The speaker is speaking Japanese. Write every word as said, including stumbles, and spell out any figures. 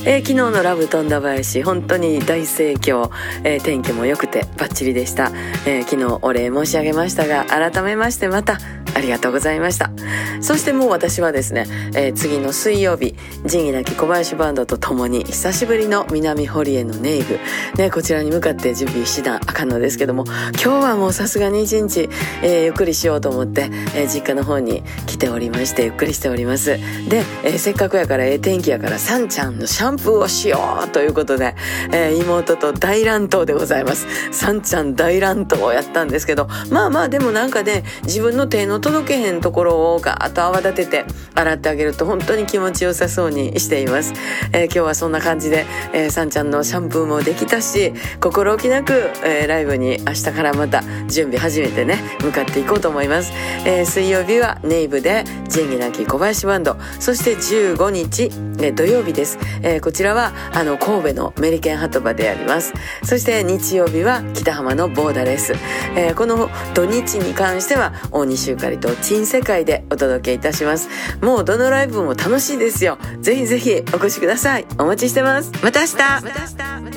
えー、昨日のラブ富田林本当に大盛況、えー、天気も良くてバッチリでした、えー、昨日お礼申し上げましたが改めましてまたありがとうございました。そしてもう私はですね、えー、次の水曜日仁義なき小林バンドとともに久しぶりの南堀江のネイブ、ね、こちらに向かって準備しなあかんのですけども、今日はもうさすがに一日、えー、ゆっくりしようと思って、えー、実家の方に来ておりましてゆっくりしております。で、えー、せっかくやからええ天気やからさんちゃんのシャンプーをしようということで、えー、妹と大乱闘でございます。さんちゃん大乱闘をやったんですけど、まあまあでもなんかね、自分の手の届けへんところをガーッと泡立てて洗ってあげると本当に気持ちよさそうにしています。えー、今日はそんな感じで、えー、さんちゃんのシャンプーもできたし、心置きなく、えー、ライブに明日からまた準備始めてね向かっていこうと思います。えー、水曜日はネイブで仁義なき小林バンド、そしてじゅうごにち、えー、土曜日です。えー、こちらはあの神戸のメリケン鳩場であります。そして日曜日は北浜のボーダレス、えー、この土日に関しては大西ゆかりと珍世界でお届けいたします。もうどのライブも楽しいですよ。ぜひぜひお越しください。お待ちしてます。また明日。また明日。